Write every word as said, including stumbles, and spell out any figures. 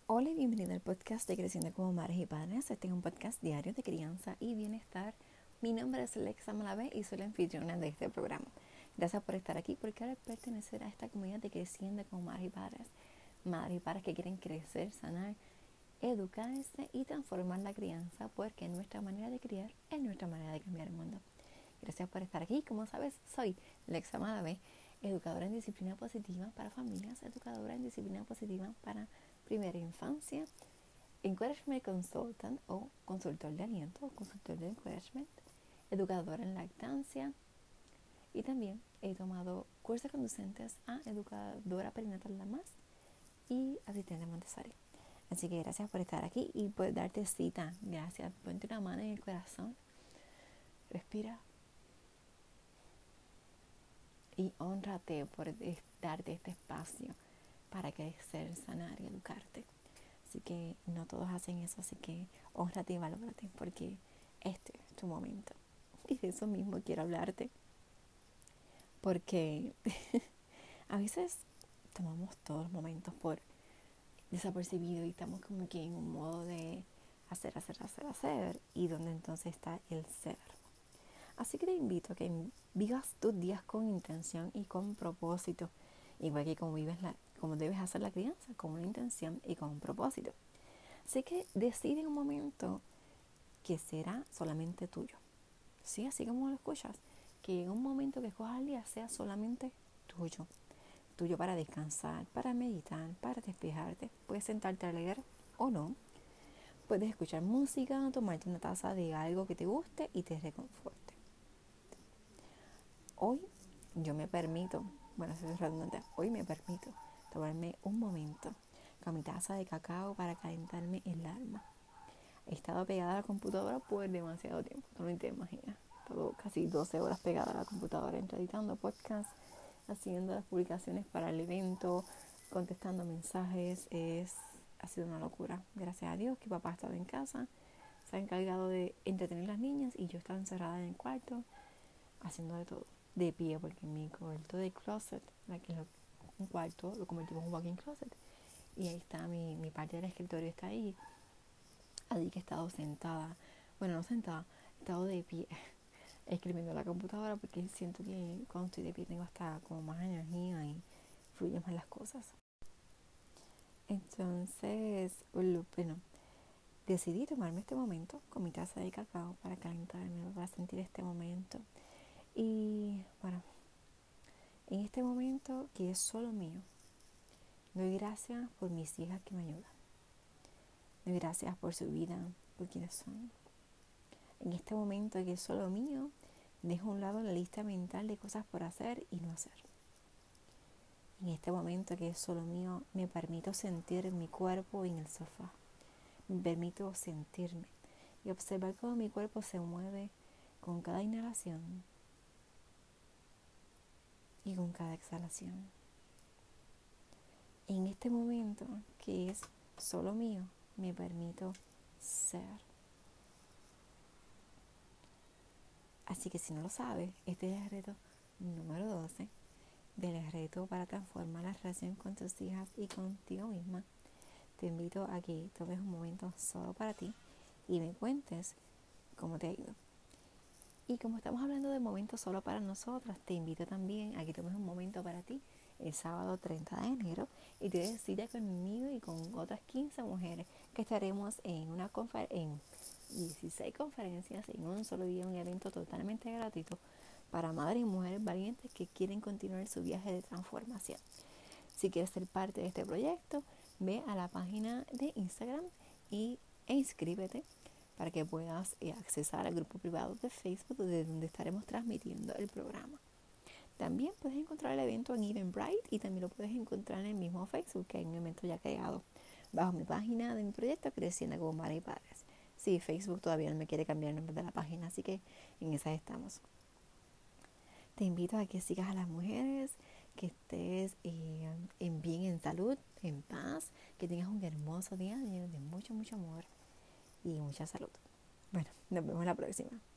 Hola y bienvenido al podcast de Creciendo como Madres y Padres. Este es un podcast diario de crianza y bienestar. Mi nombre es Lexa Malavé y soy la anfitriona de este programa. Gracias por estar aquí porque ahora pertenecer a esta comunidad de Creciendo como Madres y Padres. Madres y padres que quieren crecer, sanar, educarse y transformar la crianza, porque nuestra manera de criar es nuestra manera de cambiar el mundo. Gracias por estar aquí. Como sabes, soy Lexa Malavé, educadora en disciplina positiva para familias, educadora en disciplina positiva para primera infancia, encouragement consultant o consultor de aliento o consultor de encouragement, educadora en lactancia y también he tomado cursos conducentes a educadora perinatal la más y asistente Montessori. Así que gracias por estar aquí y por darte cita. Gracias. Ponte una mano en el corazón. Respira. Y honrate por darte este espacio para crecer, sanar y educarte. Así que no todos hacen eso, así que honrate y valórate porque este es tu momento. Y de eso mismo quiero hablarte. Porque a veces tomamos todos los momentos por desapercibido y estamos como que en un modo de hacer, hacer, hacer, hacer. Y donde entonces está el ser. Así que te invito a que vivas tus días con intención y con propósito. Igual que como, vives la, como debes hacer la crianza, con una intención y con un propósito. Así que decide en un momento que será solamente tuyo. ¿Sí? Así como lo escuchas. Que en un momento que escojas el día sea solamente tuyo. Tuyo para descansar, para meditar, para despejarte. Puedes sentarte a leer o no. Puedes escuchar música, tomarte una taza de algo que te guste y te reconforte. Hoy yo me permito, bueno, eso es redundante, hoy me permito tomarme un momento con mi taza de cacao para calentarme el alma. He estado pegada a la computadora por demasiado tiempo, no te imaginas. He estado casi doce horas pegada a la computadora, entre editando podcasts, haciendo las publicaciones para el evento, contestando mensajes. Es, ha sido una locura. Gracias a Dios que papá ha estado en casa, se ha encargado de entretener a las niñas y yo estaba encerrada en el cuarto haciendo de todo. De pie, porque mi cuarto de closet, que es un cuarto, lo convertimos en un walk-in closet. Y ahí está mi, mi parte del escritorio, está ahí. Así que he estado sentada, bueno, no sentada, he estado de pie escribiendo en la computadora porque siento que cuando estoy de pie tengo hasta como más energía y fluyen más las cosas. Entonces, bueno, decidí tomarme este momento con mi taza de cacao para calentarme, para sentir este momento. Y bueno, en este momento que es solo mío, doy gracias por mis hijas que me ayudan. Doy gracias por su vida, por quienes son. En este momento que es solo mío, dejo a un lado la lista mental de cosas por hacer y no hacer. En este momento que es solo mío, me permito sentir mi cuerpo en el sofá. Me permito sentirme y observar cómo mi cuerpo se mueve con cada inhalación y con cada exhalación. En este momento que es solo mío, me permito ser. Así que si no lo sabes, este es el reto número doce del reto para transformar la relación con tus hijas y contigo misma. Te invito a que tomes un momento solo para ti y me cuentes cómo te ha ido. Y como estamos hablando de momentos solo para nosotras, te invito también a que tomes un momento para ti el sábado treinta de enero y te des cita conmigo y con otras quince mujeres que estaremos en una confer- en dieciséis conferencias en un solo día, un evento totalmente gratuito para madres y mujeres valientes que quieren continuar su viaje de transformación. Si quieres ser parte de este proyecto, ve a la página de Instagram y, e inscríbete para que puedas eh, accesar al grupo privado de Facebook desde donde estaremos transmitiendo el programa. También puedes encontrar el evento en Eventbrite y también lo puedes encontrar en el mismo Facebook, que hay un evento ya creado bajo mi página de mi proyecto Creciendo como Madres y Padres. Sí, Facebook todavía no me quiere cambiar el nombre de la página, así que en esas estamos. Te invito a que sigas a las mujeres, que estés eh, en bien, en salud, en paz, que tengas un hermoso día lleno de mucho, mucho amor y mucha salud. Bueno, nos vemos la próxima.